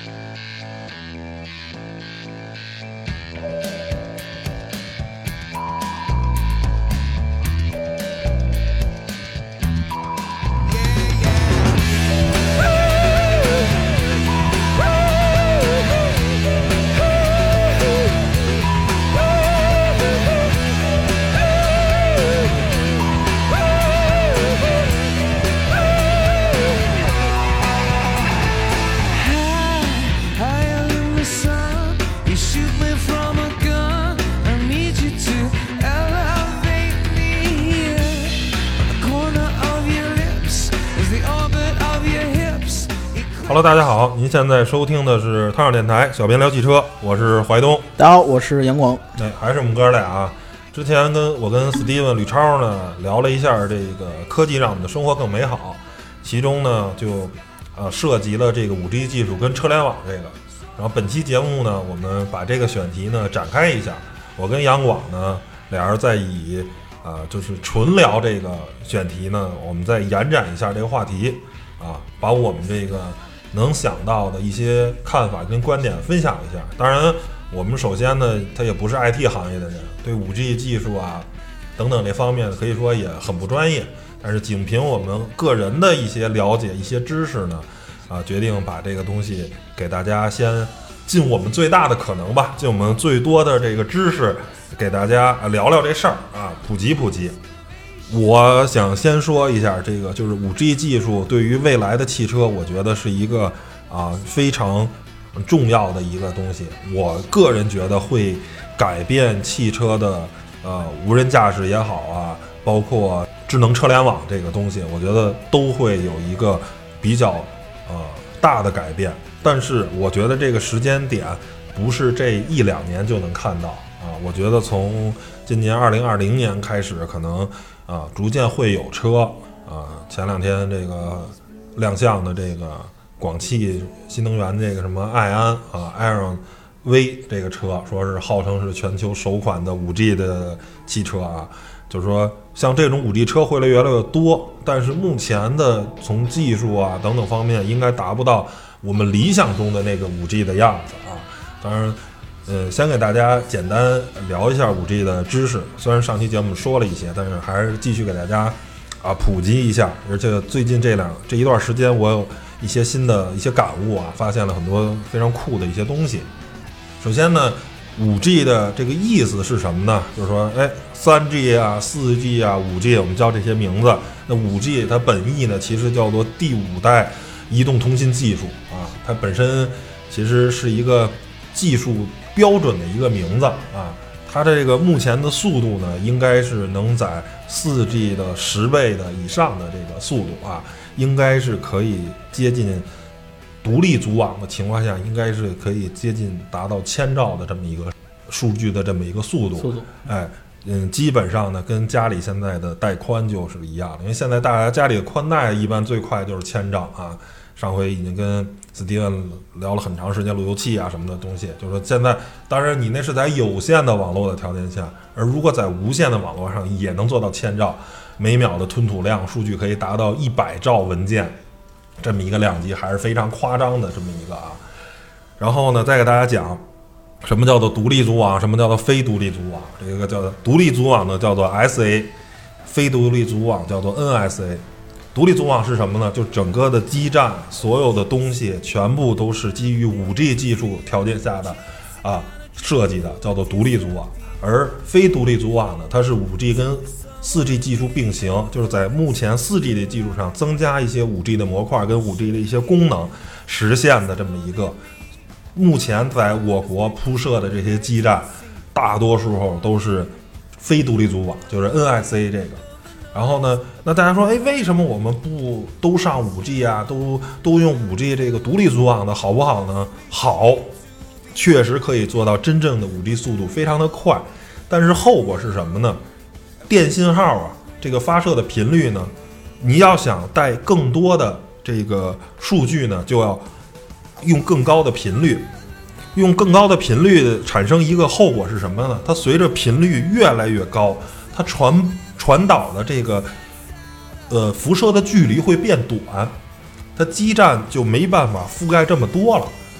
Hello， 大家好，您现在收听的是汤小电台，小编聊汽车，我是怀东。 大家好，我是杨广。 还是我们哥俩啊。之前我跟 Steven 吕超呢聊了一下这个科技让我们的生活更美好，其中呢就涉及了这个 5G 技术跟车联网这个。然后本期节目呢，我们把这个选题呢展开一下。我跟杨广呢俩人再以就是纯聊这个选题呢，我们再延展一下这个话题啊，把我们这个能想到的一些看法跟观点分享一下。当然我们首先呢他也不是 IT 行业的人，对 5G 技术啊等等这方面可以说也很不专业，但是仅凭我们个人的一些了解一些知识呢决定把这个东西给大家先尽我们最大的可能吧，尽我们最多的这个知识给大家聊聊这事儿啊，普及普及。我想先说一下这个，就是 5G 技术对于未来的汽车，我觉得是一个非常重要的一个东西。我个人觉得会改变汽车的无人驾驶也好啊，包括智能车联网这个东西，我觉得都会有一个比较大的改变。但是我觉得这个时间点不是这1-2年就能看到我觉得从今年2020年开始，可能逐渐会有车前2天这个亮相的这个广汽新能源这个什么爱安Iron V 这个车，说是号称是全球首款的 5G 的汽车就是说像这种 5G 车会越来越多，但是目前的从技术等等方面应该达不到我们理想中的那个 5G 的样子当然先给大家简单聊一下 5G 的知识，虽然上期节目说了一些，但是还是继续给大家普及一下。而且最近这一段时间，我有一些新的一些感悟发现了很多非常酷的一些东西。首先呢 5G 的这个意思是什么呢？就是说3G 4G 5G 我们叫这些名字。那 5G 它本意呢其实叫做第5代移动通信技术它本身其实是一个技术标准的一个名字它这个目前的速度呢应该是能在 4G 的10倍的以上的这个速度应该是可以接近独立组网的情况下，应该是可以接近达到1000兆的这么一个数据的这么一个速度基本上呢跟家里现在的带宽就是一样的，因为现在大家家里的宽带一般最快就是1000兆上回已经跟 Steven 聊了很长时间路由器什么的东西，就是说现在当然你那是在有限的网络的条件下，而如果在无限的网络上也能做到1000兆每秒的吞吐量，数据可以达到100兆文件，这么一个量级还是非常夸张的这么一个然后呢再给大家讲什么叫做独立组网，什么叫做非独立组网。这个叫做独立组网呢叫做 SA， 非独立组网叫做 NSA。独立组网是什么呢？就整个的基站所有的东西全部都是基于 5G 技术条件下的设计的，叫做独立组网。而非独立组网呢，它是 5G 跟 4G 技术并行，就是在目前 4G 的基础上增加一些 5G 的模块跟 5G 的一些功能实现的这么一个，目前在我国铺设的这些基站大多数都是非独立组网，就是 NSA 这个。然后呢，那大家说为什么我们不都上 5G 都用 5G 这个独立组网的好不好呢？好，确实可以做到真正的 5G 速度非常的快，但是后果是什么呢？电信号这个发射的频率呢，你要想带更多的这个数据呢，就要用更高的频率，用更高的频率产生一个后果是什么呢？它随着频率越来越高，它传导的这个辐射的距离会变短，它基站就没办法覆盖这么多了。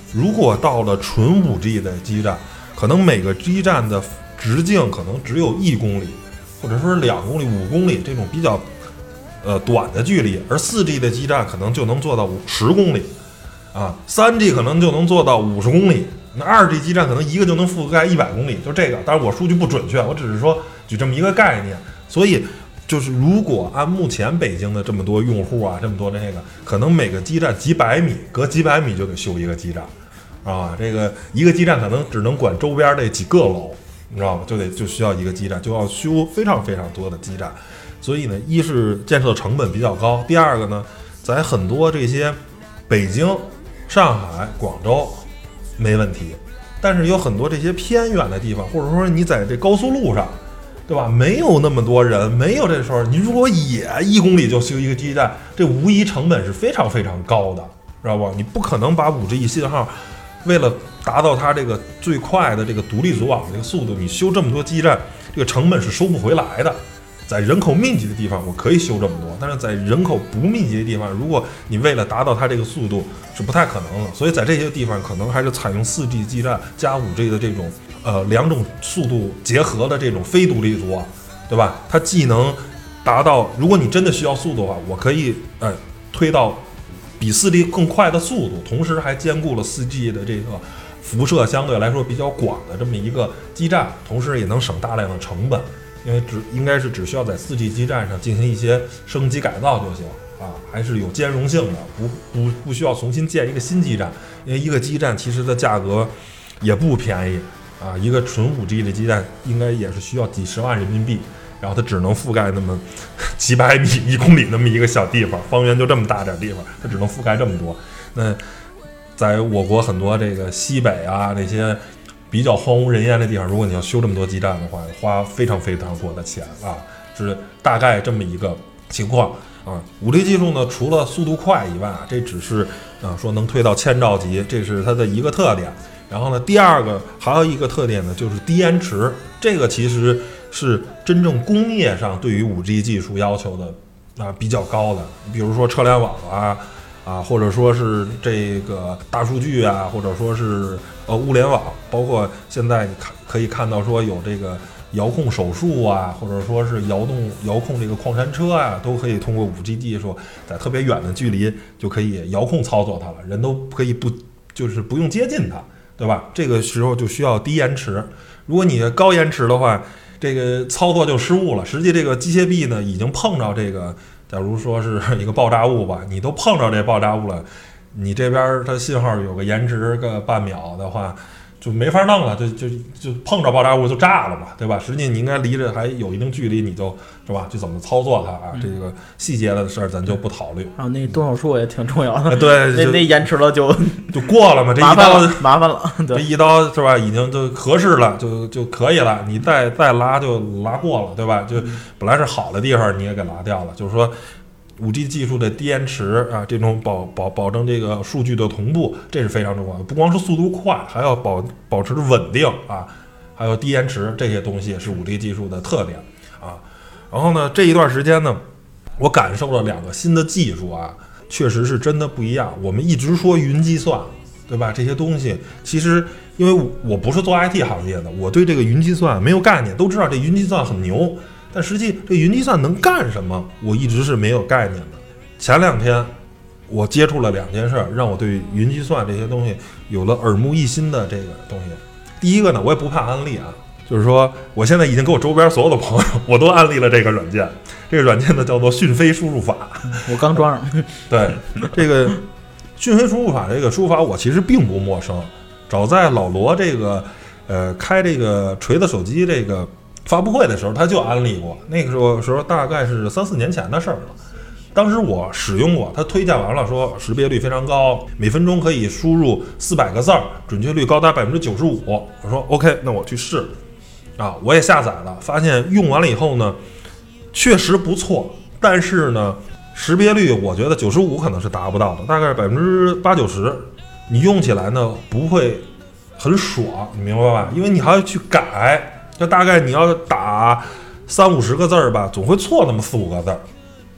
如果到了纯5G 的基站，可能每个基站的直径可能只有1公里，或者说是2公里、5公里这种比较短的距离，而4G 的基站可能就能做到10公里啊，3G 可能就能做到50公里，那2G 基站可能一个就能覆盖100公里，就这个。当然我数据不准确，我只是说举这么一个概念。所以就是如果按目前北京的这么多用户啊，这么多的这个，可能每个基站几百米，隔几百米就得修一个基站啊。这个一个基站可能只能管周边这几个楼，你知道吗？就需要一个基站，就要修非常非常多的基站。所以呢，一是建设成本比较高，第二个呢，在很多这些北京、上海、广州没问题，但是有很多这些偏远的地方，或者说你在这高速路上，对吧？没有那么多人，没有这时候，你如果也1公里就修一个基站，这无疑成本是非常非常高的，知道不？你不可能把5G 信号为了达到它这个最快的这个独立组网的这个速度，你修这么多基站，这个成本是收不回来的。在人口密集的地方，我可以修这么多，但是在人口不密集的地方，如果你为了达到它这个速度，是不太可能的。所以在这些地方，可能还是采用4G 基站加5G 的这种2种速度结合的这种非独立组网，对吧？它既能达到，如果你真的需要速度的话，我可以推到比4G 更快的速度，同时还兼顾了4G 的这个辐射相对来说比较广的这么一个基站，同时也能省大量的成本。因为应该是只需要在4G 基站上进行一些升级改造就行啊，还是有兼容性的，不需要重新建一个新基站，因为一个基站其实的价格也不便宜啊，一个纯5G 的基站应该也是需要几十万人民币，然后它只能覆盖那么几百米、1公里那么一个小地方，方圆就这么大点地方，它只能覆盖这么多。那在我国很多这个西北啊那些比较荒无人烟的地方，如果你要修这么多基站的话，花非常非常多的钱啊，是大概这么一个情况啊。5G 技术呢，除了速度快以外，这只是说能推到1000兆级，这是它的一个特点。然后呢，第二个还有一个特点呢，就是低延迟，这个其实是真正工业上对于5G 技术要求的比较高的，比如说车联网或者说是这个大数据啊，或者说是物联网，包括现在你可以看到说有这个遥控手术啊，或者说是遥控这个矿山车啊，都可以通过5G 技术在特别远的距离就可以遥控操作它了，人都可以不用接近它，对吧？这个时候就需要低延迟。如果你高延迟的话，这个操作就失误了。实际这个机械臂呢已经碰着这个，假如说是一个爆炸物吧，你都碰着这爆炸物了，你这边它信号有个延迟个半秒的话，就没法弄了，就碰着爆炸物就炸了嘛，对吧？实际你应该离着还有一定距离，你就是吧，就怎么操作它啊？这个细节的事儿咱就不考虑。 然后那动手术也挺重要的， 对， 那延迟了就过了嘛，这一刀麻烦了，对， 这一刀是吧，已经就合适了，就可以了，你再拉就拉过了，对吧？就本来是好的地方你也给拉掉了，就是说。5G 技术的低延迟啊，这种保证这个数据的同步，这是非常重要的。不光是速度快，还要保持稳定啊，还有低延迟，这些东西也是5G 技术的特点啊。然后呢，这一段时间呢，我感受了2个新的技术啊，确实是真的不一样。我们一直说云计算，对吧？这些东西其实因为我不是做 IT 行业的，我对这个云计算没有概念，都知道这云计算很牛。但实际这云计算能干什么，我一直是没有概念的。前2天我接触了2件事，让我对云计算这些东西有了耳目一新的这个东西。第一个呢，我也不怕安利啊，就是说我现在已经给我周边所有的朋友我都安利了这个软件。这个软件呢叫做讯飞输入法， 我刚装上。 对，这个讯飞输入法这个输入法我其实并不陌生，早在老罗这个开这个锤子手机这个发布会的时候他就安利过，那个时候大概是3-4年前的事儿了。当时我使用过，他推荐完了说识别率非常高，每分钟可以输入400个字儿，准确率高达95%。我说 OK， 那我去试啊，我也下载了，发现用完了以后呢，确实不错，但是呢，识别率我觉得95%可能是达不到的，大概80%-90%，你用起来呢不会很爽，你明白吧？因为你还要去改。就大概你要打30-50个字儿吧，总会错那么4-5个字儿。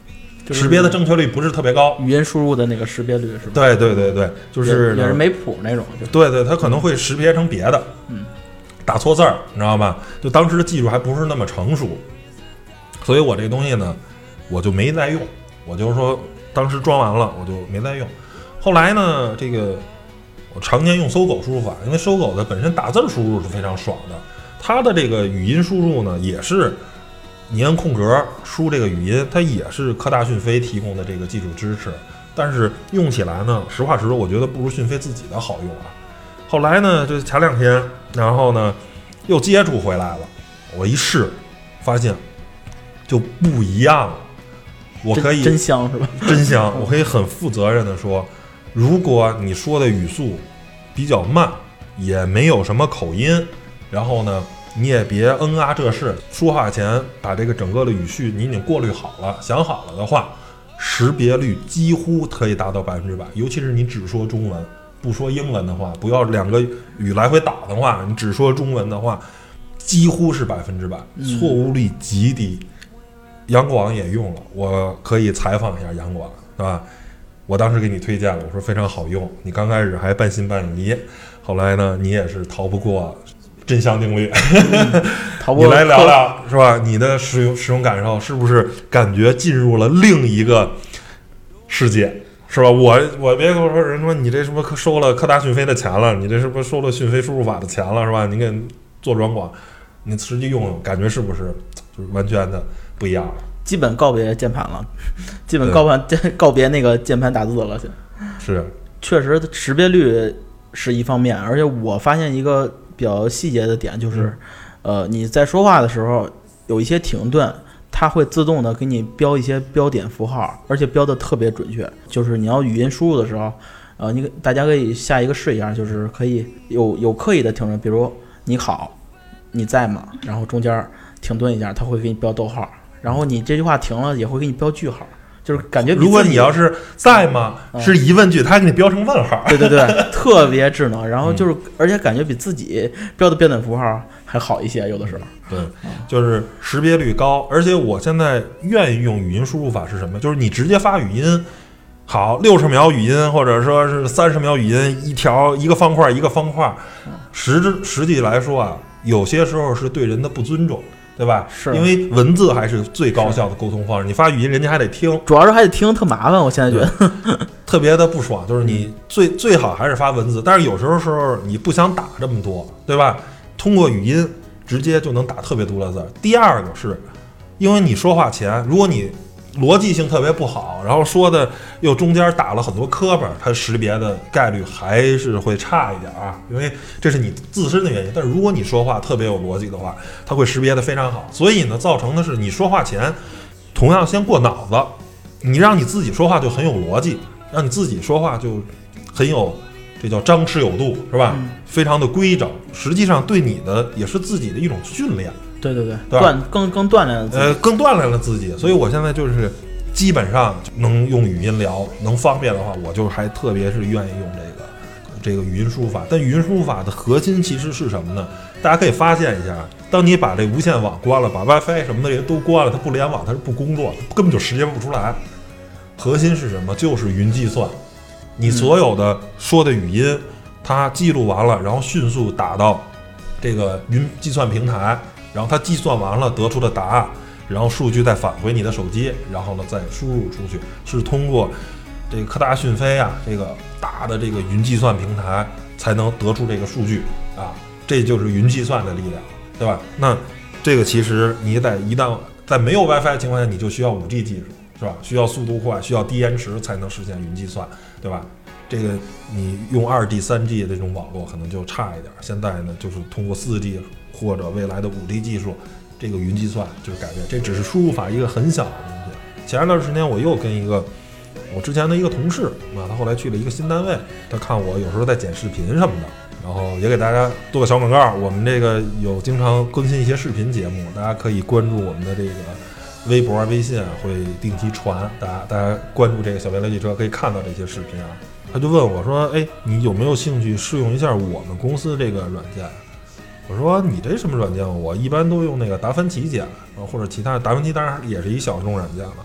就是识别的正确率不是特别高， 语音输入的那个识别率是吧？ 对对对对，就是也是没谱那种，就对对，它可能会识别成别的，打错字儿，你知道吧？就当时的技术还不是那么成熟，所以我这个东西呢，我就没再用，我就是说当时装完了我就没再用。后来呢，这个我常年用搜狗输入法，因为搜狗的本身打字输入是非常爽的，它的这个语音输入呢也是你按空格输这个语音，它也是科大讯飞提供的这个技术支持，但是用起来呢，实话实说，我觉得不如讯飞自己的好用啊。后来呢，就前2天，然后呢又接触回来了，我一试，发现就不一样了。我可以真香是吧？ 真香！我可以很负责任的说，如果你说的语速比较慢，也没有什么口音，然后呢，你也别这事，说话前把这个整个的语序你已经过滤好了、想好了的话，识别率几乎可以达到100%。尤其是你只说中文，不说英文的话，不要2个语来回倒的话，你只说中文的话，几乎是100%，错误率极低。杨广也用了，我可以采访一下杨广，是吧？我当时给你推荐了，我说非常好用，你刚开始还半信半疑，后来呢，你也是逃不过真相定律。 逃不过你来聊聊是吧？你的使用感受是不是感觉进入了另一个世界？是吧？我别跟我说人说你这是不是收了科大讯飞的钱了？你这是不是收了讯飞输入法的钱了？是吧？你给做软广，你实际用感觉是不是就是完全的不一样了？ 基本告别键盘了，基本告别那个键盘打字了。 是， 确实识别率是一方面，而且我发现一个比较细节的点就是，你在说话的时候有一些停顿，它会自动的给你标一些标点符号，而且标的特别准确。就是你要语音输入的时候，大家可以下一个试一下，就是可以有刻意的停顿，比如你好，你在吗？然后中间停顿一下，它会给你标逗号。然后你这句话停了，也会给你标句号，就是感觉如果你要是在吗，是疑问句，它还给你标成问号。 对对对，特别智能。然后就是，而且感觉比自己标的标点符号还好一些，有的时候。 对，就是识别率高。而且我现在愿意用语音输入法是什么？就是你直接发语音，好，60秒语音，或者说是30秒语音，一个方块一个方块。实际来说啊，有些时候是对人的不尊重。对吧？ 是因为文字还是最高效的沟通方式，你发语音人家还得听， 主要是还得听，特麻烦。我现在觉得特别的不爽，就是你最好还是发文字，但是有时候你不想打这么多，对吧？通过语音直接就能打特别多的字。第二个是，因为你说话前，如果你逻辑性特别不好，然后说的又中间打了很多磕巴，它识别的概率还是会差一点啊，因为这是你自身的原因。但是如果你说话特别有逻辑的话，它会识别的非常好。所以呢，造成的是你说话前同样先过脑子，你让你自己说话就很有逻辑，让你自己说话就很有，这叫张弛有度，是吧？非常的规整，实际上对你的也是自己的一种训练。 对对对，更锻炼了自己， 更锻炼了自己。所以我现在就是基本上能用语音聊，能方便的话，我就还特别是愿意用这个语音输入法。但语音输入法的核心其实是什么呢？大家可以发现一下，当你把这无线网关了，把 WiFi 什么的这些都关了，它不联网，它是不工作，根本就识别不出来。核心是什么？就是云计算。你所有的说的语音，它记录完了，然后迅速打到这个云计算平台。然后它计算完了得出的答案，然后数据再返回你的手机，然后呢再输入出去，是通过这个科大讯飞啊这个大的这个云计算平台才能得出这个数据啊，这就是云计算的力量，对吧？那这个其实你一旦在没有 WiFi 的情况下，你就需要5G 技术，是吧？需要速度快，需要低延迟才能实现云计算，对吧？这个你用2G、3G 的这种网络可能就差一点，现在呢就是通过4G。或者未来的5G 技术，这个云计算就是改变，这只是输入法一个很小的东西。前一段时间我又跟我之前的一个同事啊，他后来去了一个新单位，他看我有时候在剪视频什么的，然后也给大家做个小广告，我们这个有经常更新一些视频节目，大家可以关注我们的这个微博、微信会定期传，大家关注这个小别来汽车可以看到这些视频啊。他就问我说：“哎，你有没有兴趣试用一下我们公司这个软件？”我说你这什么软件？我一般都用那个达芬奇剪，或者其他达芬奇当然也是一小众软件了。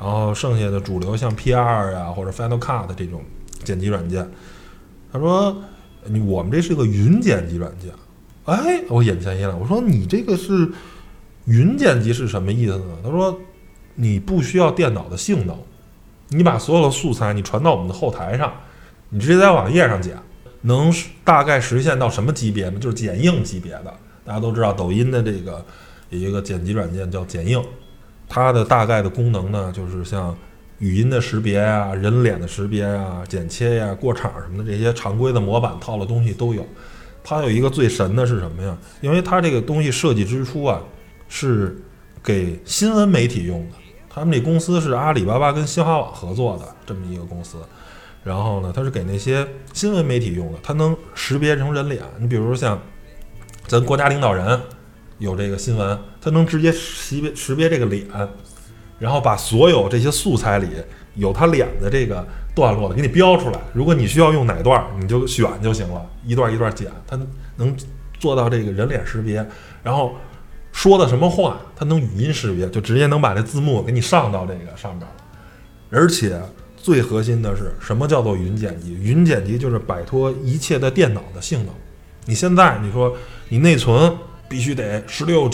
然后剩下的主流像 P2 啊或者 Final Cut 这种剪辑软件。他说我们这是个云剪辑软件。哎，我眼前一亮，我说你这个是云剪辑是什么意思呢？他说你不需要电脑的性能，你把所有的素材你传到我们的后台上，你直接在网页上剪，能大概实现到什么级别呢？就是剪映级别的。大家都知道抖音的这个有一个剪辑软件叫剪映，它的大概的功能呢，就是像语音的识别啊、人脸的识别啊、剪切呀、过场什么的这些常规的模板套的东西都有。它有一个最神的是什么呀？因为它这个东西设计之初啊，是给新闻媒体用的。他们这公司是阿里巴巴跟新华网合作的这么一个公司，然后呢，它是给那些新闻媒体用的，它能识别成人脸。你比如说像咱国家领导人有这个新闻，它能直接识别这个脸，然后把所有这些素材里有他脸的这个段落的给你标出来。如果你需要用哪段，你就选就行了，一段一段剪，它能做到这个人脸识别，然后说的什么话，它能语音识别，就直接能把这字幕给你上到这个上面了。而且最核心的是什么叫做云剪辑？云剪辑就是摆脱一切的电脑的性能。你现在你说你内存必须得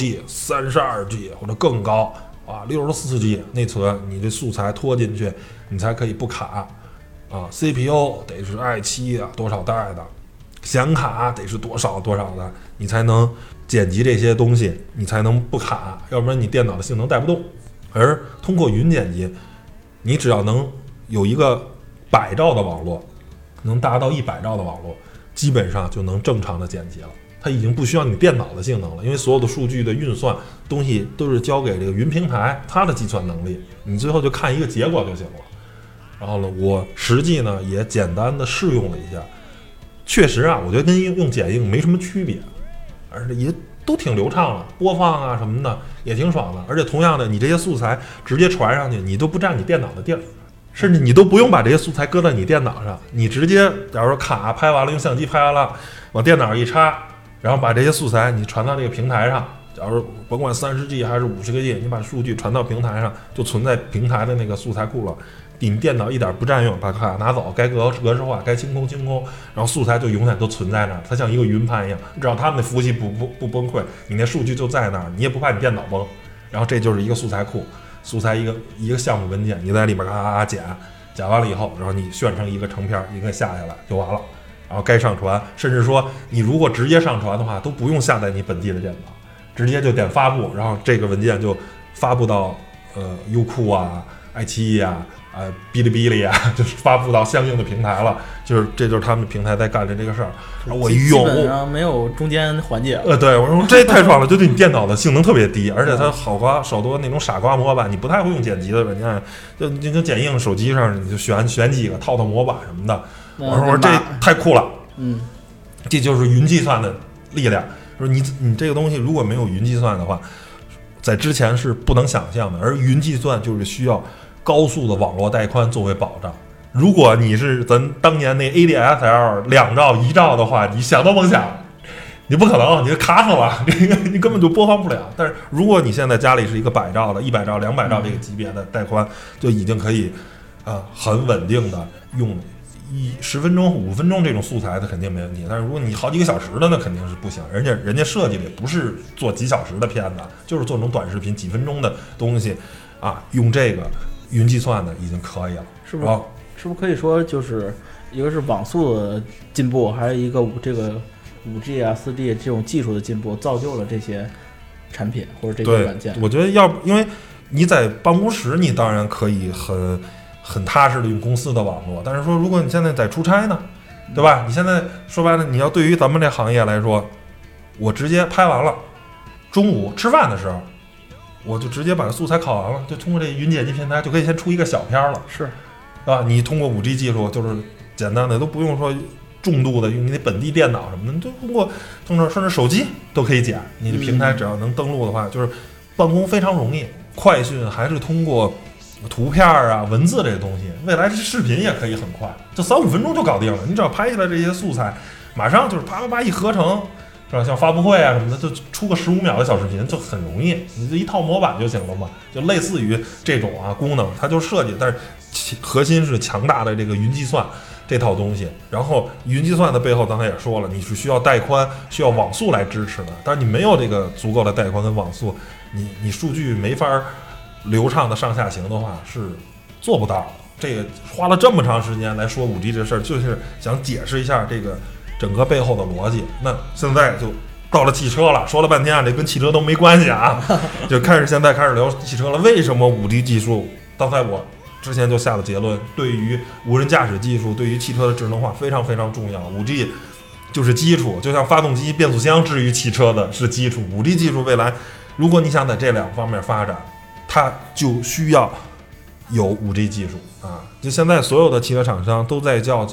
16G、32G 或者更高啊，64G 内存，你这素材拖进去，你才可以不卡啊。CPU 得是i7啊，多少代的，显卡得是多少多少的，你才能剪辑这些东西，你才能不卡，要不然你电脑的性能带不动。而通过云剪辑，你只要能有一个100兆的网络，能达到100兆的网络，基本上就能正常的剪辑了。它已经不需要你电脑的性能了，因为所有的数据的运算东西都是交给这个云平台，它的计算能力，你最后就看一个结果就行了。然后呢，我实际呢也简单的试用了一下，确实啊，我觉得跟用剪映没什么区别，而且也都挺流畅了，播放啊什么的也挺爽的。而且同样的，你这些素材直接传上去，你都不占你电脑的地儿，甚至你都不用把这些素材搁在你电脑上，你直接假如说卡拍完了，用相机拍完了，往电脑一插，然后把这些素材你传到这个平台上，假如甭管30G 还是50个G，你把数据传到平台上，就存在平台的那个素材库了。你电脑一点不占用，把卡拿走，该格式化，该清空，然后素材就永远都存在那儿，它像一个云盘一样，只要他们的服务器不崩溃，你那数据就在那儿，你也不怕你电脑崩。然后这就是一个素材库，素材一个项目文件，你在里边咔剪完了以后，然后你炫成一个成片，一个下下来就完了。然后该上传，甚至说你如果直接上传的话，都不用下载你本地的电脑，直接就点发布，然后这个文件就发布到优酷啊、爱奇艺啊、哔哩哔哩啊，就是发布到相应的平台了。这就是他们平台在干的这个事儿。我一用， 基本上没有中间环节。 对，我说这太爽了，就对你电脑的性能特别低，而且它好多那种傻瓜模板，你不太会用剪辑的软件，就跟剪映手机上你就选几个套模板什么的。我说这太酷了，这就是云计算的力量。说你这个东西如果没有云计算的话，在之前是不能想象的。而云计算就是需要高速的网络带宽作为保障。如果你是咱当年那 ADSL 2兆1兆的话，你想都甭想，你不可能，你就卡死了，你根本就播放不了。但是如果你现在家里是一个100兆的、100兆、200兆这个级别的带宽，就已经可以很稳定的用10分钟、5分钟这种素材，它肯定没问题。但是如果你好几个小时的，那肯定是不行。人家设计的也不是做几小时的片子，就是做这种短视频几分钟的东西啊，用这个云计算的已经可以了， 是不是？是不是可以说就是一个是网速的进步，还有一个这个5G 啊、4G 这种技术的进步，造就了这些产品或者这些软件。 我觉得因为你在办公室，你当然可以很踏实的用公司的网络，但是说如果你现在在出差呢，对吧？你现在说白了，你要对于咱们这行业来说，我直接拍完了，中午吃饭的时候，我就直接把素材拷完了，就通过这云剪辑平台就可以先出一个小片了， 是啊，你通过5G 技术就是简单的，都不用说重度的用你那本地电脑什么的，你都通过甚至手机都可以剪。你的平台只要能登录的话，就是办公非常容易。快讯还是通过图片啊、文字这些东西，未来视频也可以很快，就3-5分钟就搞定了。你只要拍下来这些素材，马上就是啪啪啪一合成， 是吧？像发布会啊什么的，就出个15秒的小视频就很容易，你这一套模板就行了嘛，就类似于这种功能，它就设计，但是核心是强大的这个云计算这套东西。然后云计算的背后，刚才也说了，你是需要带宽、需要网速来支持的，但是你没有这个足够的带宽跟网速，你数据没法流畅的上下行的话是做不到的。这个花了这么长时间来说 5G 这事儿，就是想解释一下这个整个背后的逻辑。那现在就到了汽车了，说了半天这跟汽车都没关系啊，就现在开始聊汽车了。为什么 5G 技术？刚才我之前就下了结论，对于无人驾驶技术，对于汽车的智能化非常非常重要。5G 就是基础，就像发动机、变速箱至于汽车的是基础。5G 技术未来，如果你想在这两方面发展，它就需要有 5G 技术啊。就现在所有的汽车厂商都在叫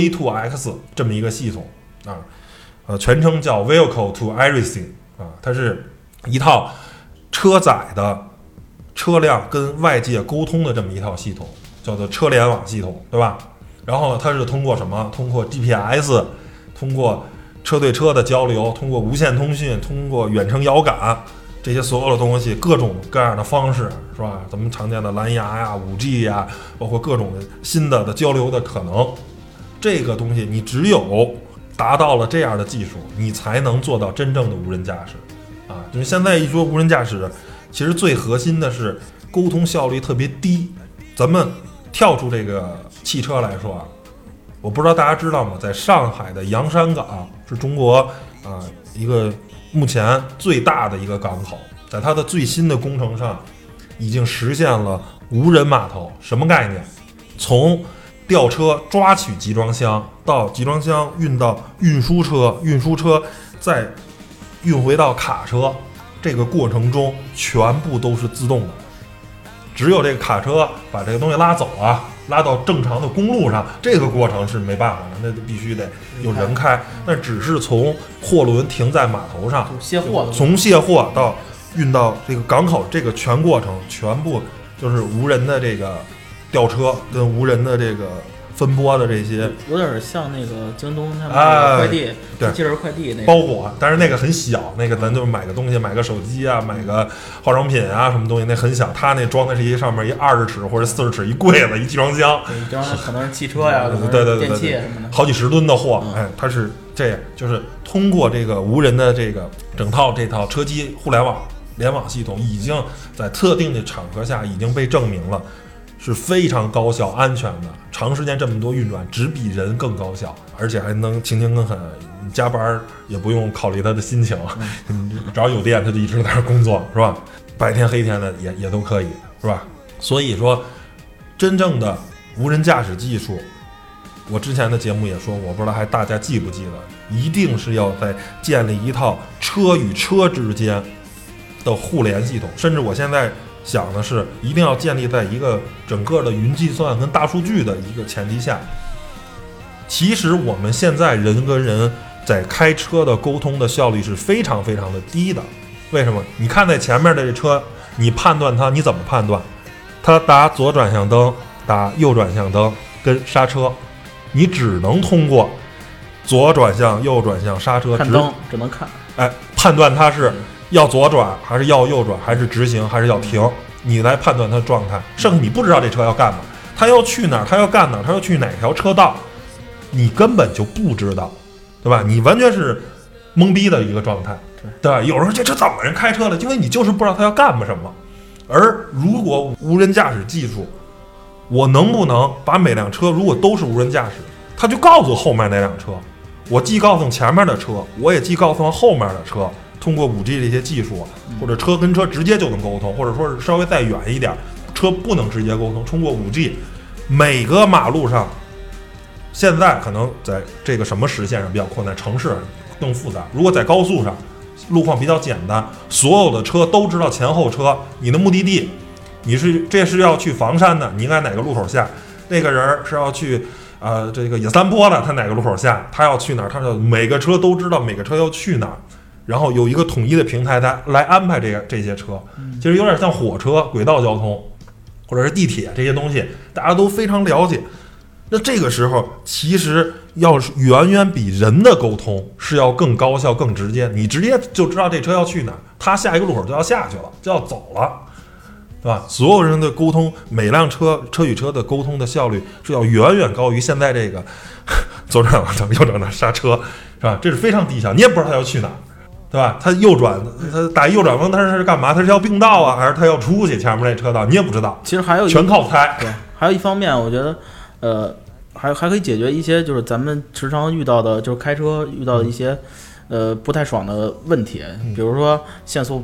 V2X 这么一个系统啊，全称叫 Vehicle to Everything 啊，它是一套车载的车辆跟外界沟通的这么一套系统，叫做车联网系统，对吧？然后呢，它是通过什么？通过 GPS， 通过车对车的交流，通过无线通讯，通过远程遥感，这些所有的东西，各种各样的方式，是吧？咱们常见的蓝牙呀、5G 呀，包括各种的新的交流的可能，这个东西你只有达到了这样的技术，你才能做到真正的无人驾驶啊！就是现在一说无人驾驶，其实最核心的是沟通效率特别低。咱们跳出这个汽车来说啊，我不知道大家知道吗？在上海的洋山港是中国一个目前最大的一个港口，在它的最新的工程上，已经实现了无人码头。什么概念？从吊车抓取集装箱，到集装箱运到运输车，运输车再运回到卡车，这个过程中全部都是自动的。只有这个卡车把这个东西拉走拉到正常的公路上，这个过程是没办法的，那必须得有人开。但只是从货轮停在码头上， 卸货， 从卸货到运到这个港口，这个全过程全部就是无人的这个吊车跟无人的这个分拨的这些， 有点像那个京东他们那个快递， 对， 机器人快递那个包裹，但是那个很小，那个咱就买个东西，买个手机啊，买个化妆品啊，什么东西，那很小，它那装的是上面一20尺或者40尺一柜子，一集装箱， 装的可能是汽车呀， 对， 电器什么的， 好几十吨的货，它是这样，就是通过这个无人的这个整套这套车机互联网联网系统，已经在特定的场合下已经被证明了。是非常高效、安全的，长时间这么多运转，只比人更高效，而且还能勤勤恳恳，加班也不用考虑他的心情，只要有电他就一直在那儿工作，是吧？白天黑天的也都可以，是吧？所以说，真正的无人驾驶技术，我之前的节目也说，我不知道大家记不记得，一定是要在建立一套车与车之间的互联系统，甚至我现在想的是一定要建立在一个整个的云计算跟大数据的一个前提下。其实我们现在人跟人在开车的沟通的效率是非常非常的低的。为什么？你看在前面的这车，你判断它，你怎么判断？它打左转向灯、打右转向灯跟刹车，你只能通过左转向、右转向、刹车看灯只能看， 判断它是要左转还是要右转，还是直行还是要停，你来判断它的状态。剩下你不知道这车要干嘛，它要去哪儿，它要干哪儿，它要去哪条车道，你根本就不知道，对吧？你完全是懵逼的一个状态，对吧？有人说这怎么人开车了？因为你就是不知道它要干嘛什么。而如果无人驾驶技术，我能不能把每辆车如果都是无人驾驶，它就告诉后面那辆车，我既告诉前面的车，我也既告诉后面的车。通过 5G 这些技术，或者车跟车直接就能沟通，或者说是稍微再远一点，车不能直接沟通，通过 5G， 每个马路上，现在可能在这个什么实线上比较困难，城市更复杂。如果在高速上，路况比较简单，所有的车都知道前后车，你的目的地，这是要去房山的，你应该哪个路口下？那个人是要去这个野三坡的，他哪个路口下？他要去哪儿？他要每个车都知道每个车要去哪儿。然后有一个统一的平台来安排这些车，其实有点像火车、轨道交通，或者是地铁这些东西，大家都非常了解。 那这个时候其实要是远远比人的沟通是要更高效、更直接，你直接就知道这车要去哪儿，他下一个路口就要下去了，就要走了，对吧？所有人的沟通，每辆车与车的沟通的效率是要远远高于现在这个左转往右转的刹车，是吧？这是非常低效，你也不知道他要去哪儿，对吧？他右转，他打右转弯，他是干嘛？他是要并道啊，还是他要出去前面那车道？你也不知道。 其实还有全靠猜。 对，还有一方面，我觉得，还可以解决一些就是咱们时常遇到的，就是开车遇到的一些，不太爽的问题，比如说限速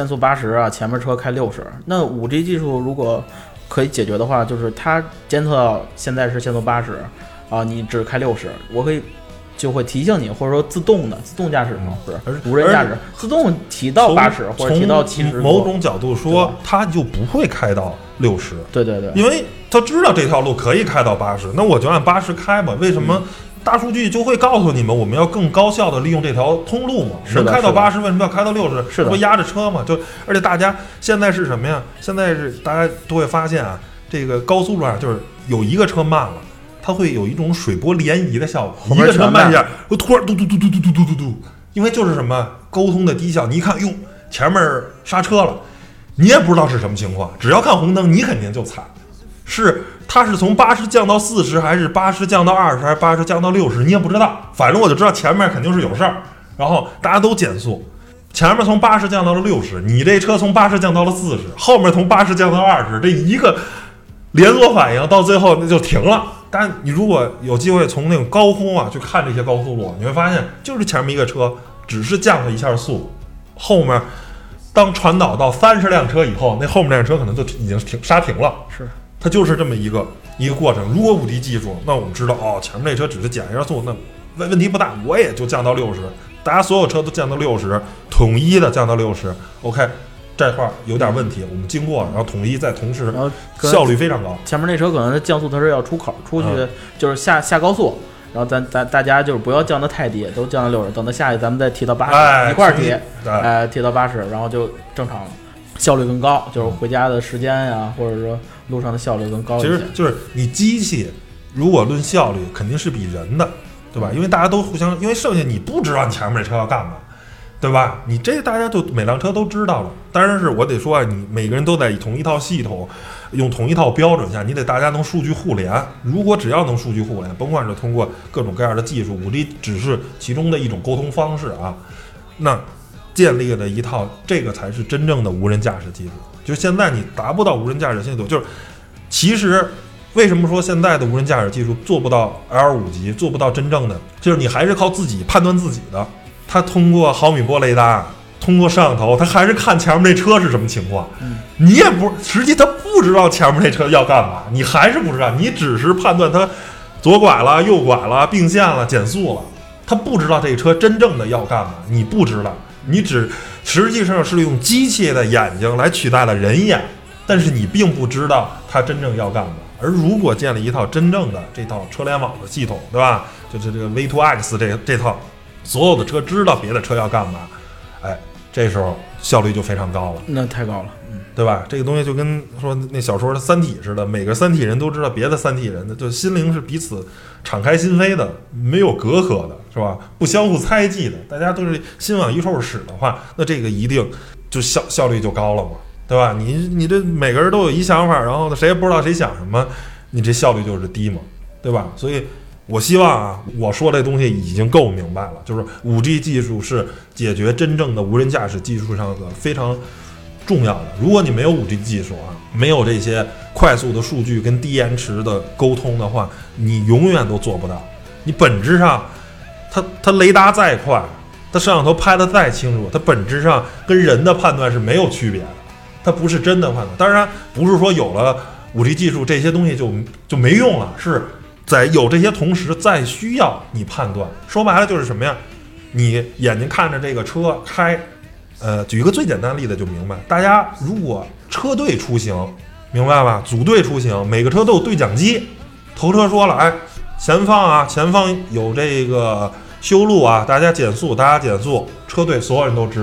80啊，前面车开60，那5G 技术如果可以解决的话，就是它监测到现在是限速80啊，你只开60，就会提醒你，或者说自动驾驶方式，无人驾驶自动提到80或者提到70。 某种角度说，它就不会开到60。 对对对， 因为他知道这条路可以开到80，那我就按80开吧。为什么？大数据就会告诉你们，我们要更高效的利用这条通路嘛。能开到80，为什么要开到60？ 是的， 不压着车嘛？而且大家现在是什么呀？现在是大家都会发现啊，这个高速路上就是有一个车慢了，它会有一种水波涟漪的效果。一个车慢一下，突然嘟嘟嘟嘟嘟嘟嘟嘟，因为就是什么沟通的低效。你一看，哟，前面刹车了，你也不知道是什么情况，只要看红灯，你肯定就踩。它是从80降到40，还是80降到20，还是80降到60，你也不知道。反正我就知道前面肯定是有事儿，然后大家都减速，前面从80降到了60，你这车从80降到了40，后面从80降到20，这一个连锁反应到最后那就停了。但你如果有机会从那种高空啊去看这些高速路，你会发现就是前面一个车只是降了一下速，后面当传导到30辆车以后，那后面那辆车可能就已经刹停了。 是。 它就是这么一个过程。如果5G 技术，那我们知道前面那车只是减一下速，那问题不大，我也就降到60，大家所有车都降到60，统一的降到60。OK， 这块有点问题，我们经过，然后统一再同时，然后效率非常高。 前面那车可能降速，它是要出口出去，就是下高速，然后咱大家就是不要降得太低，都降到60，等到下去咱们再提到80，一块提，提到80，然后就正常了。效率更高，就是回家的时间呀，或者说路上的效率更高一些。 其实就是你机器如果论效率肯定是比人的，对吧？因为大家都互相，因为剩下你不知道你前面这车要干嘛，对吧？你这大家就每辆车都知道了。当然是我得说啊，你每个人都在同一套系统，用同一套标准下，你得大家能数据互联。如果只要能数据互联，甭管是通过各种各样的技术，5G 只是其中的一种沟通方式啊，那建立了一套，这个才是真正的无人驾驶技术。就现在你达不到无人驾驶系统，就是其实为什么说现在的无人驾驶技术做不到 L5级，做不到真正的，就是你还是靠自己判断自己的。它通过毫米波雷达，通过摄像头，它还是看前面那车是什么情况。你也不，实际它不知道前面那车要干嘛，你还是不知道，你只是判断它左拐了、右拐了、并线了、减速了，它不知道这车真正的要干嘛，你不知道。你实际上是用机械的眼睛来取代了人眼，但是你并不知道它真正要干嘛。而如果建立一套真正的这套车联网的系统，对吧？就是这个 V2X 这套，所有的车知道别的车要干嘛，哎，这时候效率就非常高了。 那太高了， 对吧？这个东西就跟说那小说的《三体》似的，每个三体人都知道别的三体人的，就心灵是彼此敞开心扉的，没有隔阂的，是吧？不相互猜忌的，大家都是心往一处使的话，那这个一定就效率就高了嘛，对吧？你这每个人都有一想法，然后呢谁也不知道谁想什么，你这效率就是低嘛，对吧？所以我希望啊，我说这东西已经够明白了，就是 5G 技术是解决真正的无人驾驶技术上的非常重要的。如果你没有 5G 技术啊，没有这些快速的数据跟低延迟的沟通的话，你永远都做不到。你本质上，它雷达再快，它摄像头拍得再清楚，它本质上跟人的判断是没有区别的，它不是真的判断。当然不是说有了 5G 技术这些东西就没用了，是在有这些同时再需要你判断。说白了就是什么呀？你眼睛看着这个车开。举一个最简单的例子就明白，大家如果车队出行，明白吧？组队出行，每个车都有对讲机，头车说了，哎，前方有这个修路啊，大家减速，车队所有人都知道了。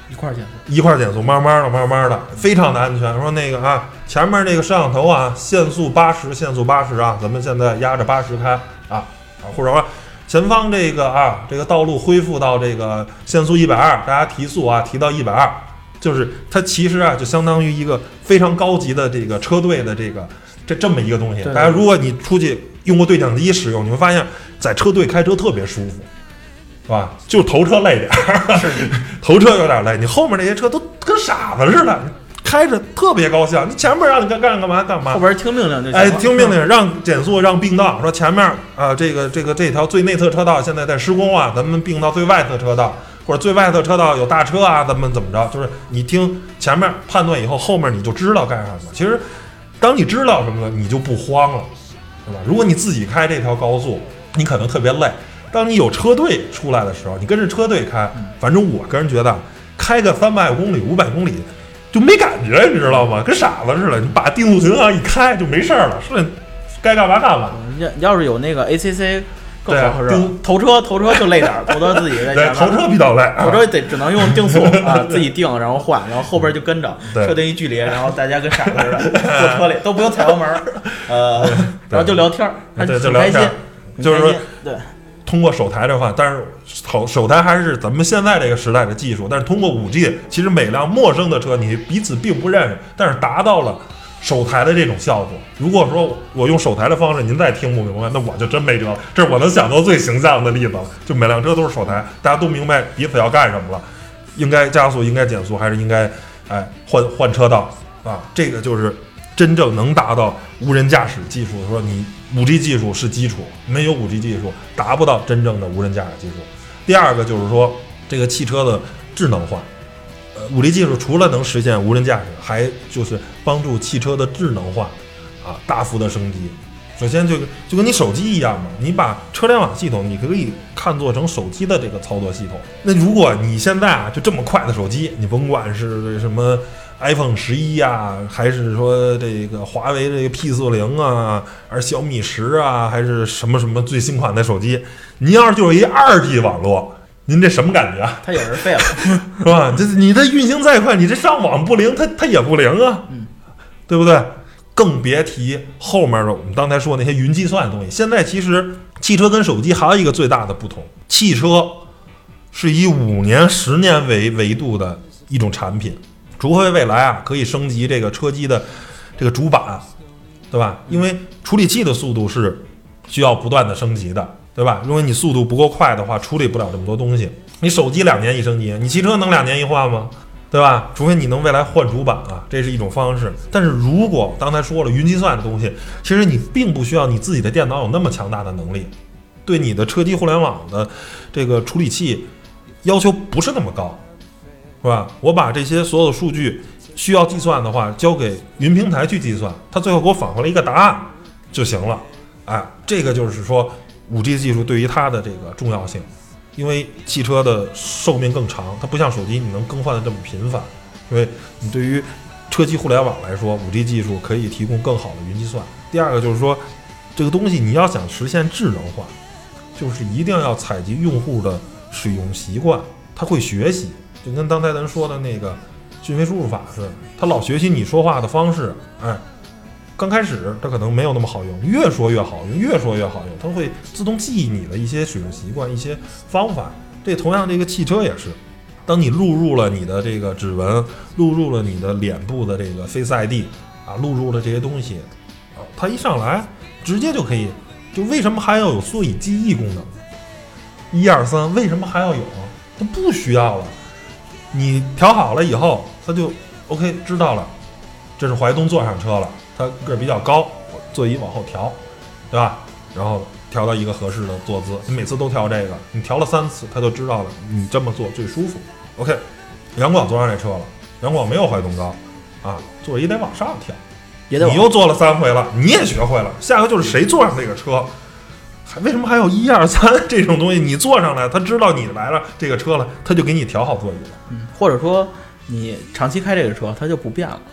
一块减速，慢慢的，非常的安全。说那个啊，前面那个摄像头啊，限速80啊，咱们现在压着80开啊，或者说前方这个道路恢复到这个限速120，大家提速啊，提到120，就是它其实就相当于一个非常高级的这个车队的这么一个东西。大家如果你出去用过对讲机使用，你会发现在车队开车特别舒服。是吧？就头车累点儿，头车有点累，你后面那些车都跟傻子似的，开着特别高兴。你前面让你干嘛， 后边听命令就行。 哎，听命令，让减速，让并道。说前面这条最内侧车道现在在施工啊，咱们并到最外侧车道，或者最外侧车道有大车啊，咱们怎么着？就是你听前面判断以后，后面你就知道干什么。其实，当你知道什么了，你就不慌了，对吧？如果你自己开这条高速，你可能特别累。当你有车队出来的时候，你跟着车队开，反正我个人觉得，开个300公里、500公里就没感觉，你知道吗？跟傻子似的。你把定速巡航一开就没事了，是该干嘛干嘛。 要是有那个 ACC 更合适。头车就累点，头车自己在对，头车比较累， 头车只能用定速啊，自己定，然后换，然后后边就跟着设定一距离，然后大家跟傻子似的坐车里都不用踩油门，然后就聊天， 对，就聊天，就是说对。 通过手台的话，但是手台还是咱们现在这个时代的技术，但是通过5G，其实每辆陌生的车你彼此并不认识，但是达到了手台的这种效果。如果说我用手台的方式，您再听不明白，那我就真没辙了。这是我能想到最形象的例子了，就每辆车都是手台，大家都明白彼此要干什么了，应该加速，应该减速，还是应该换车道啊？这个就是真正能达到无人驾驶技术。说你5G 技术是基础，没有5G 技术达不到真正的无人驾驶技术。第二个就是说这个汽车的智能化，5G 技术除了能实现无人驾驶，还就是帮助汽车的智能化大幅的升级。首先就跟你手机一样嘛，你把车联网系统你可以看作成手机的这个操作系统。那如果你现在就这么快的手机，你甭管是什么iPhone 11呀，还是说这个华为这个 P40啊，还是小米10啊，还是什么最新款的手机，您要是就有一2G 网络，您这什么感觉啊？ 它也是废了， 是吧？这你的运行再快，你这上网不灵，它也不灵啊，对不对？更别提后面的我们刚才说那些云计算的东西。现在其实汽车跟手机还有一个最大的不同，汽车是以5年、10年为维度的一种产品。除非未来可以升级这个车机的这个主板，对吧？因为处理器的速度是需要不断的升级的，对吧？如果你速度不够快的话，处理不了这么多东西。你手机2年一升级，你汽车能2年一换吗？对吧？除非你能未来换主板这是一种方式。但是如果刚才说了云计算的东西，其实你并不需要你自己的电脑有那么强大的能力，对你的车机互联网的这个处理器要求不是那么高。是吧？我把这些所有数据需要计算的话，交给云平台去计算，它最后给我返回了一个答案就行了。这个就是说5G 技术对于它的这个重要性，因为汽车的寿命更长，它不像手机你能更换的这么频繁。因为你对于车机互联网来说，5G 技术可以提供更好的云计算。第二个就是说，这个东西你要想实现智能化，就是一定要采集用户的使用习惯，它会学习。就跟刚才咱说的那个讯飞输入法似的，它老学习你说话的方式，刚开始它可能没有那么好用，越说越好用，越说越好用，它会自动记忆你的一些使用习惯、一些方法。这同样，这个汽车也是，当你录入了你的这个指纹，录入了你的脸部的这个 Face ID 录入了这些东西，它一上来直接就可以。就为什么还要有座椅记忆功能？1、2、3，为什么还要有？它不需要了。你调好了以后，它就 OK 知道了，这是怀东坐上车了，它个儿比较高，我座椅往后调，对吧？然后调到一个合适的坐姿，你每次都调这个，你调了3次，它就知道了你这么做最舒服。OK， 杨广坐上这车了，杨广没有怀东高座椅得往上调，你又坐了3回了，你也学会了。下个就是谁坐上这个车，为什么还有1、2、3这种东西？你坐上来，他知道你来了这个车了，他就给你调好座椅了。 或者说你长期开这个车，它就不变了。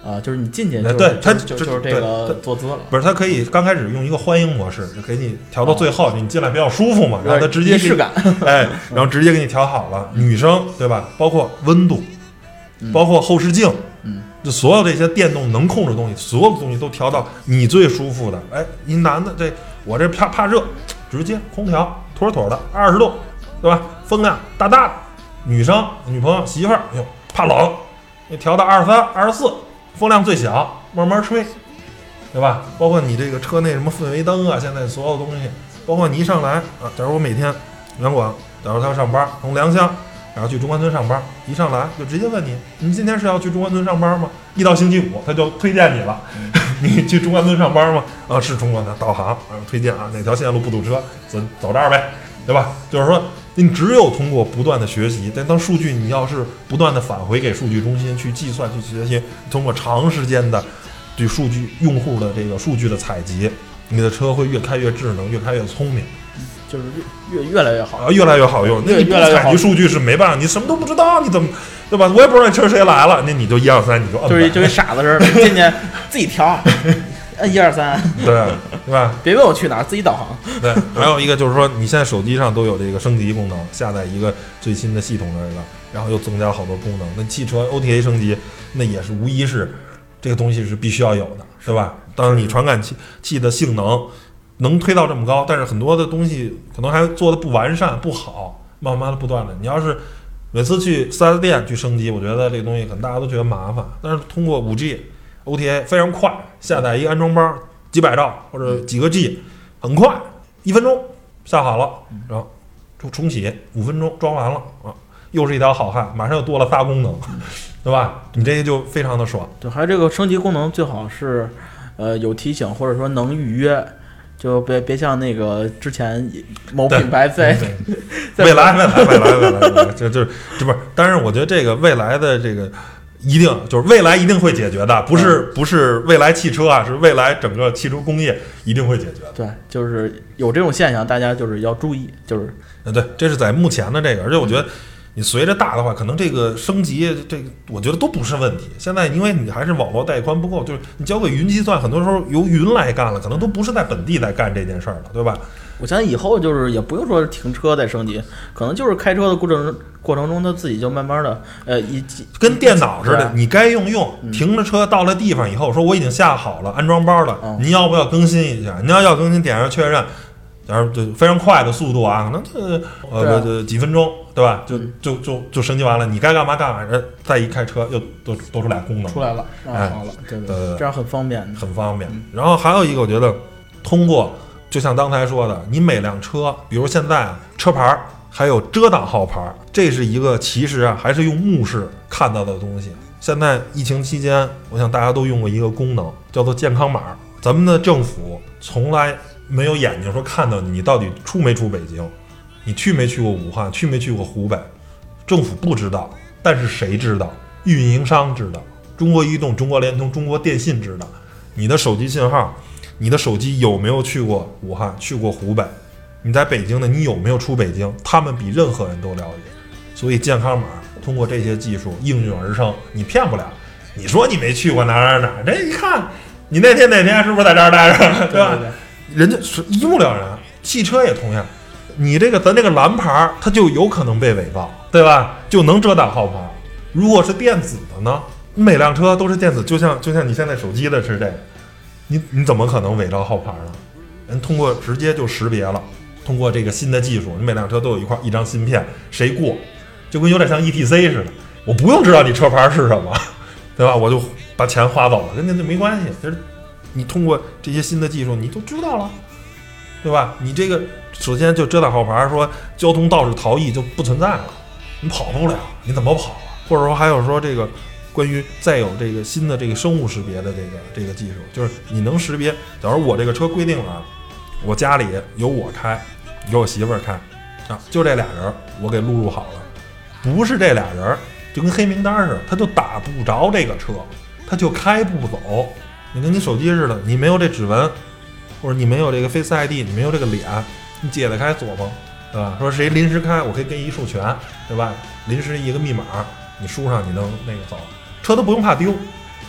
就是你进去对，它就是这个坐姿了， 不是它可以刚开始用一个欢迎模式，就给你调到最后，你进来比较舒服嘛，然后它直接仪式感， 然后直接给你调好了。女生对吧？包括温度，包括后视镜，就所有这些电动能控制的东西，所有的东西都调到你最舒服的。你男的我这怕热，直接空调妥妥的20度，对吧？风量大大的。女生女朋友媳妇儿怕冷，你调到23、24。风量最小，慢慢吹，对吧？包括你这个车内什么氛围灯啊，现在所有东西，包括你一上来假如我每天杨广，假如他要上班，从良乡然后去中关村上班，一上来就直接问你今天是要去中关村上班吗？一到星期五他就推荐你了，你去中关村上班吗？是中关村，导航推荐哪条线路不堵车，走这儿呗，对吧？就是说你只有通过不断的学习，但当数据你要是不断的返回给数据中心去计算去学习，通过长时间的对数据用户的这个数据的采集，你的车会越开越智能，越开越聪明， 就是越来越好， 越来越好用。那你不采集数据是没办法，你什么都不知道，你怎么对吧？我也不知道你车谁来了，那你就1、2、3，你就摁， 就跟傻子似的，进去自己调。1、2、3， 对吧？ 别问我去哪儿，自己导航。 对，还有一个就是说，你现在手机上都有这个升级功能，下载一个最新的系统的，然后又增加好多功能。那汽车 OTA 升级，那也是无疑是这个东西是必须要有的，对吧？当然，你传感器的性能推到这么高，但是很多的东西可能还做的不完善、不好，慢慢的不断的。你要是每次去4S店去升级，我觉得这个东西可能大家都觉得麻烦，但是通过5G。OTA 非常快，下载一个安装包，几百兆或者几个 G， 很快，1分钟下好了，然后就重启5分钟装完了又是一条好汉，马上又多了仨功能，对吧？你这个就非常的爽。 对，还有这个升级功能最好是有提醒或者说能预约，就别像那个之前某品牌在未来，这不是？当然，我觉得这个未来的这个。一定就是未来一定会解决的，不是未来汽车是未来整个汽车工业一定会解决的。 对，就是有这种现象，大家就是要注意，就是对，这是在目前的这个，而且我觉得你随着大的话，可能这个升级这个我觉得都不是问题。现在因为你还是网络带宽不够，就是你交给云计算，很多时候由云来干了，可能都不是在本地来干这件事儿了，对吧？ 我相信以后就是也不用说停车再升级，可能就是开车的过程中，它自己就慢慢的跟电脑似的，你该用，停着车到了地方以后，说我已经下好了安装包了，您要不要更新一下？您要更新，点上确认，假如就非常快的速度可能几分钟，对吧？就升级完了，你该干嘛干嘛，再一开车又多出俩功能出来了，好了，对，这样很方便， 很方便。然后还有一个，我觉得通过。就像刚才说的，你每辆车，比如现在车牌还有遮挡号牌，这是一个其实还是用目视看到的东西。现在疫情期间，我想大家都用过一个功能，叫做健康码。咱们的政府从来没有眼睛说看到你到底出没出北京，你去没去过武汉，去没去过湖北，政府不知道，但是谁知道？运营商知道，中国移动、中国联通、中国电信知道，你的手机信号。你的手机有没有去过武汉，去过湖北？你在北京的，你有没有出北京？他们比任何人都了解。所以健康码通过这些技术应运而生，你骗不了。你说你没去过哪儿，这一看，你那天是不是在这儿待着，对吧？人家是一目了然。汽车也同样，你咱这个蓝牌，它就有可能被伪造，对吧？就能遮挡号牌。如果是电子的呢？每辆车都是电子，就像你现在手机的是这个。你怎么可能伪造号牌呢？人通过直接就识别了，通过这个新的技术，你每辆车都有一张芯片，谁过，就跟有点像 ETC 似的，我不用知道你车牌是什么，对吧？我就把钱花走了，跟那就没关系。就是你通过这些新的技术，你都知道了，对吧？你这个首先就遮挡号牌，说交通肇事逃逸就不存在了，你跑不了，你怎么跑啊？或者说还有说这个。关于再有这个新的这个生物识别的这个技术，就是你能识别，假如我这个车规定了，我家里有我开，有我媳妇儿开，就这俩人，我给录入好了，不是这俩人，就跟黑名单似的，他就打不着这个车，他就开不走。你跟你手机似的，你没有这指纹，或者你没有这个 Face ID， 你没有这个脸，你解得开锁吗？对吧？说谁临时开，我可以给你一授权，对吧？临时一个密码，你输上你能那个走。车都不用怕丢，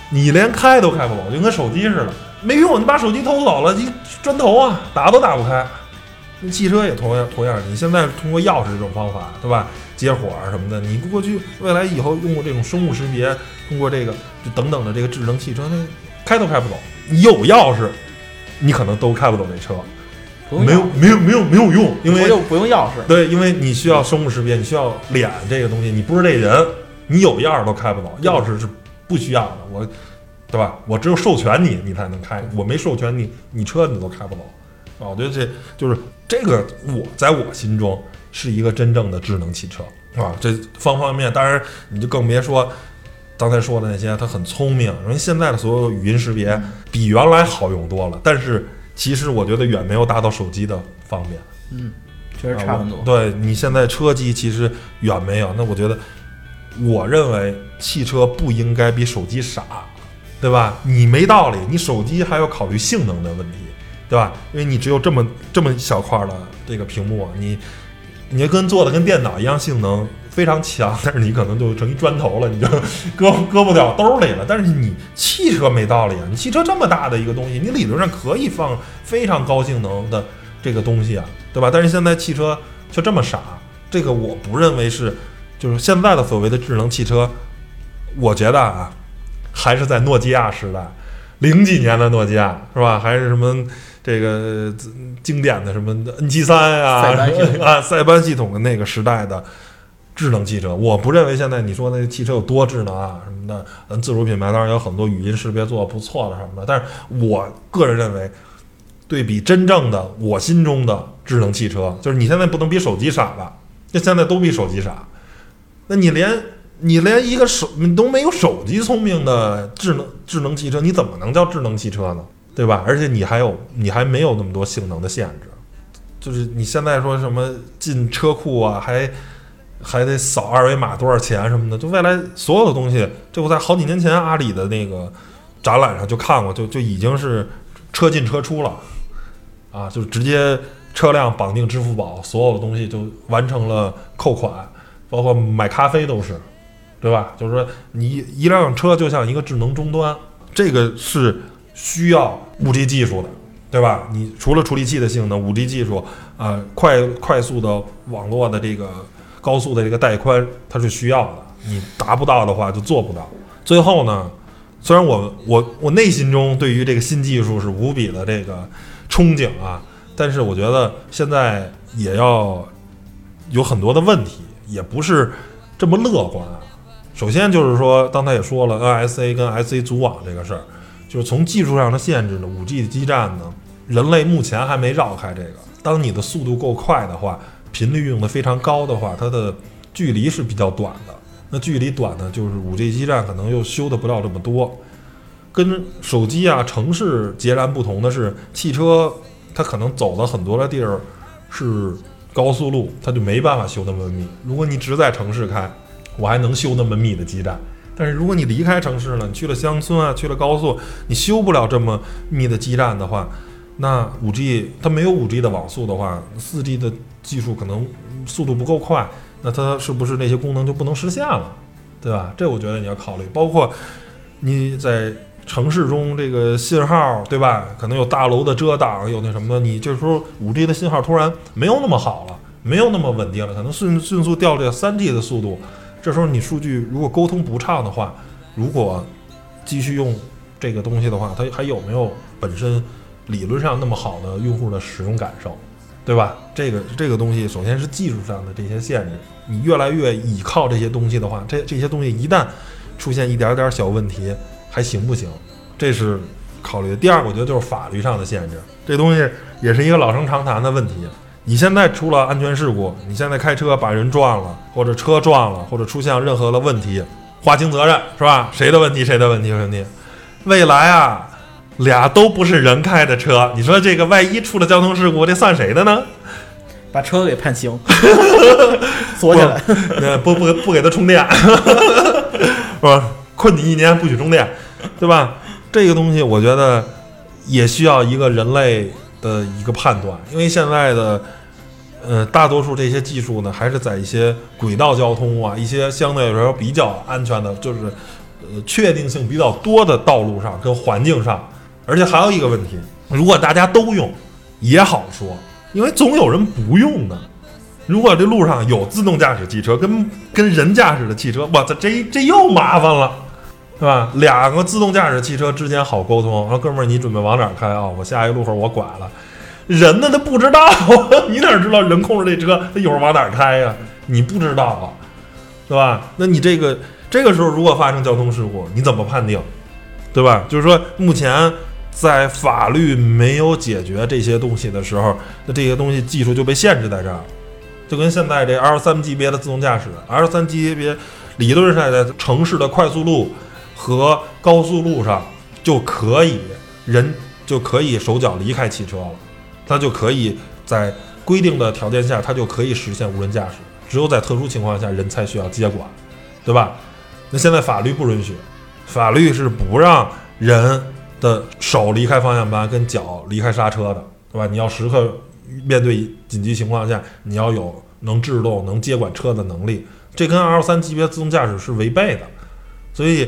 你连开都开不走，就跟手机似的，没用。你把手机偷走了，你砖头啊，打都打不开。汽车也同样，你现在通过钥匙这种方法，对吧？接火啊什么的，你过去未来以后用过这种生物识别，通过这个就等等的这个智能汽车，那开都开不走。你有钥匙，你可能都开不走这车。没有用，因为不用钥匙。 对，因为你需要生物识别，你需要脸这个东西，你不是这人，你有钥匙都开不走，钥匙是不需要的，对吧？我只有授权你才能开，我没授权你车你都开不走啊！我觉得这就是这个，在我心中是一个真正的智能汽车啊！这方方面面，当然你就更别说刚才说的那些，它很聪明，因为现在的所有语音识别比原来好用多了，但是其实我觉得远没有达到手机的方便。 确实差很多。 对，你现在车机其实远没有，那我认为汽车不应该比手机傻，对吧？你没道理，你手机还要考虑性能的问题，对吧？因为你只有这么小块的这个屏幕，你做的跟电脑一样，性能非常强，但是你可能就成一砖头了，你就搁不了兜里了。但是你汽车没道理啊，你汽车这么大的一个东西，你理论上可以放非常高性能的这个东西啊，对吧？但是现在汽车却这么傻，这个我不认为是，就是现在的所谓的智能汽车，我觉得啊，还是在诺基亚时代，00几年的诺基亚是吧？还是什么这个经典的什么 N73啊，塞班系统的那个时代的智能汽车。我不认为现在你说那汽车有多智能啊什么的，自主品牌当然有很多语音识别做得不错的什么的，但是我个人认为，对比真正的我心中的智能汽车，就是你现在不能比手机傻吧？这现在都比手机傻，那你连一个你都没有手机聪明的智能汽车，你怎么能叫智能汽车呢？对吧？而且你还没有那么多性能的限制，就是你现在说什么进车库啊，还得扫2维码多少钱什么的，就未来所有的东西，这我在好几年前阿里的那个展览上就看过，就已经是车进车出了啊，就直接车辆绑定支付宝，所有的东西就完成了扣款，包括买咖啡都是，对吧？就是说你一辆车就像一个智能终端，这个是需要5G 技术的，对吧？你除了处理器的性能，5G 技术快速的网络的这个高速的这个带宽，它是需要的。你达不到的话，就做不到。最后呢，虽然我内心中对于这个新技术是无比的这个憧憬啊，但是我觉得现在也要有很多的问题，也不是这么乐观啊。首先就是说，刚才也说了 NSA 跟 SA 组网这个事儿。就是从技术上的限制呢，5G 的基站呢，人类目前还没绕开这个。当你的速度够快的话，频率用的非常高的话，它的距离是比较短的。那距离短呢，就是5G 基站可能又修的不了这么多。跟手机啊、城市截然不同的是，汽车它可能走的很多的地儿是高速路，它就没办法修那么密。如果你只在城市开，我还能修那么密的基站。但是如果你离开城市了，你去了乡村啊，去了高速，你修不了这么密的基站的话，那 5G 它没有 5G 的网速的话， 4G 的技术可能速度不够快，那它是不是那些功能就不能实现了，对吧？这我觉得你要考虑。包括你在城市中这个信号，对吧？可能有大楼的遮挡，有那什么的，你这时候 5G 的信号突然没有那么好了，没有那么稳定了，可能迅速掉这 3G 的速度。这时候你数据如果沟通不畅的话，如果继续用这个东西的话，它还有没有本身理论上那么好的用户的使用感受，对吧？这个东西首先是技术上的这些限制，你越来越倚靠这些东西的话，这些东西一旦出现一点点小问题，还行不行？这是考虑的。第二，我觉得就是法律上的限制，这东西也是一个老生常谈的问题。你现在出了安全事故，你现在开车把人撞了，或者车撞了，或者出现任何的问题，划清责任是吧？谁的问题？未来啊，俩都不是人开的车，你说这个万一出了交通事故，这算谁的呢？ 把车给判刑，锁起来， 不给他充电，是吧？困你1年不许充电，对吧？这个东西我觉得也需要一个人类的一个判断，因为现在的大多数这些技术呢，还是在一些轨道交通啊，一些相对来说比较安全的，就是确定性比较多的道路上跟环境上。而且还有一个问题，如果大家都用也好说，因为总有人不用的。如果这路上有自动驾驶汽车跟人驾驶的汽车，哇，这又麻烦了，对吧？两个自动驾驶汽车之间好沟通，说哥们儿你准备往哪儿开啊？我下一个路口我拐了。人呢他不知道，你哪知道人控制这车他一会儿往哪儿开呀？你不知道啊，对吧？那你这个时候如果发生交通事故，你怎么判定，对吧？就是说目前在法律没有解决这些东西的时候，那这些东西技术就被限制在这儿。就跟现在这 L3 级别的自动驾驶 ，L3 级别理论上在城市的快速路和高速路上人就可以手脚离开汽车了，它就可以在规定的条件下，它就可以实现无人驾驶。只有在特殊情况下，人才需要接管，对吧？那现在法律不允许，法律是不让人的手离开方向盘跟脚离开刹车的，对吧？你要时刻面对紧急情况下，你要有能制动、能接管车的能力，这跟 L3 级别自动驾驶是违背的。所以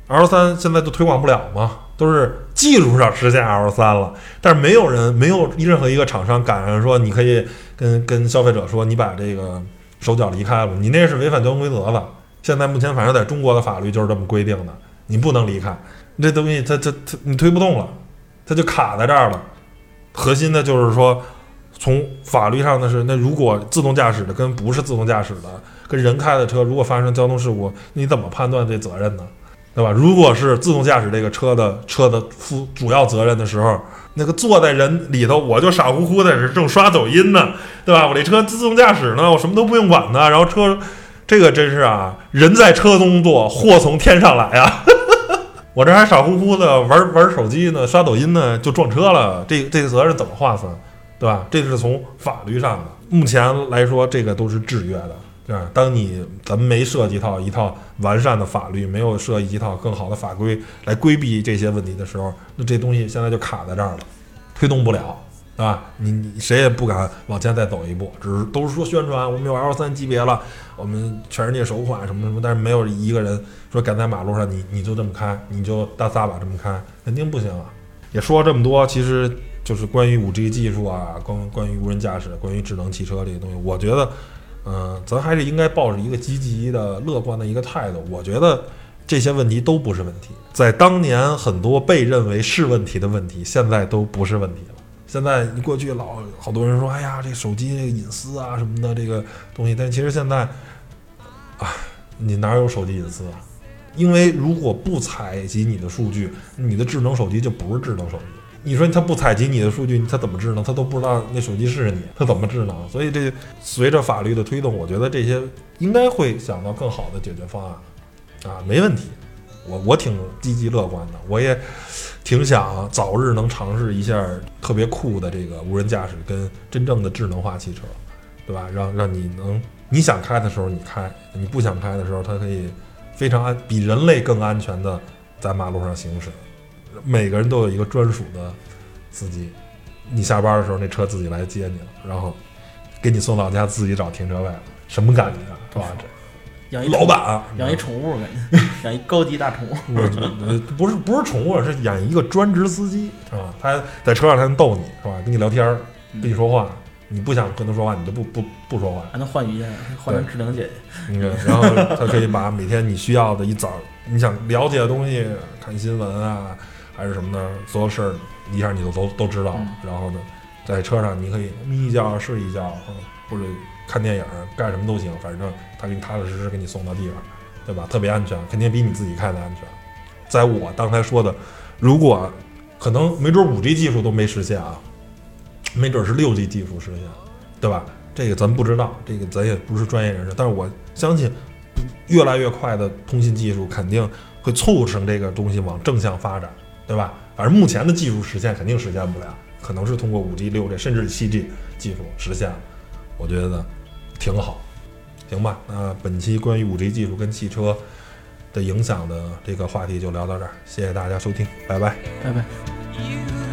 L3 现在就推广不了嘛，都是技术上实现 L3 了，但是没有任何一个厂商敢说你可以跟消费者说你把这个手脚离开了，你那是违反交通规则了。现在目前反正在中国的法律就是这么规定的，你不能离开这东西，它你推不动了，它就卡在这儿了。核心的就是说，从法律上的是，那如果自动驾驶的跟不是自动驾驶的跟人开的车，如果发生交通事故，你怎么判断这责任呢？对吧？如果是自动驾驶这个车的负主要责任的时候，那个坐在人里头，我就傻乎乎的是正刷抖音呢，对吧？我这车自动驾驶呢，我什么都不用管呢，然后车这个真是啊，人在车中坐，祸从天上来啊！我这还傻乎乎的玩手机呢，刷抖音呢，就撞车了，这个责任怎么划分？对吧？这是从法律上的，目前来说，这个都是制约的，对吧？当咱们没设计一套完善的法律，没有设计一套更好的法规来规避这些问题的时候，那这东西现在就卡在这儿了，推动不了，对吧？你谁也不敢往前再走一步，都是说宣传我们有 L3 级别了，我们全世界首款什么什么，但是没有一个人说敢在马路上你就这么开，你就大撒把这么开，肯定不行啊！也说这么多，其实就是关于 5G 技术啊，关于无人驾驶，关于智能汽车这些东西，我觉得，咱还是应该抱着一个积极的、乐观的一个态度。我觉得这些问题都不是问题，在当年很多被认为是问题的问题，现在都不是问题了。现在你过去好多人说，哎呀，这手机这个隐私啊什么的这个东西，但其实现在，你哪有手机隐私啊？因为如果不采集你的数据，你的智能手机就不是智能手机。你说他不采集你的数据，他怎么智能？他都不知道那手机是你，他怎么智能？所以这随着法律的推动，我觉得这些应该会想到更好的解决方案，没问题。我挺积极乐观的，我也挺想早日能尝试一下特别酷的这个无人驾驶跟真正的智能化汽车，对吧？让你想开的时候你开，你不想开的时候，它可以非常比人类更安全的在马路上行驶。每个人都有一个专属的司机，你下班的时候那车自己来接你了，然后给你送到家，自己找停车位了，什么感觉啊？是吧？ 养一老板养一宠物感觉，养一高级大宠物。 不是宠物，是养一个专职司机，是吧？他在车上他能逗你，是吧？跟你聊天，跟你说话。你不想跟他说话，你就不说话， 还能换语言，换成智能姐姐。 然后他可以把每天你需要的一早你想了解的东西，看新闻啊，还是什么的，所有事儿一下你都知道。然后呢，在车上你可以眯一觉睡一觉，或者看电影干什么都行，反正他给你踏踏实实给你送到地方，对吧？特别安全，肯定比你自己开的安全。在我刚才说的，如果可能没准 5G 技术都没实现啊，没准是6G 技术实现，对吧？这个咱不知道，这个咱也不是专业人士，但是我相信越来越快的通信技术肯定会促成这个东西往正向发展，对吧？反正目前的技术实现肯定实现不了，可能是通过5G、6G 甚至 7G 技术实现了，我觉得挺好，行吧？那本期关于 5G 技术跟汽车的影响的这个话题就聊到这儿，谢谢大家收听，拜拜， 拜拜。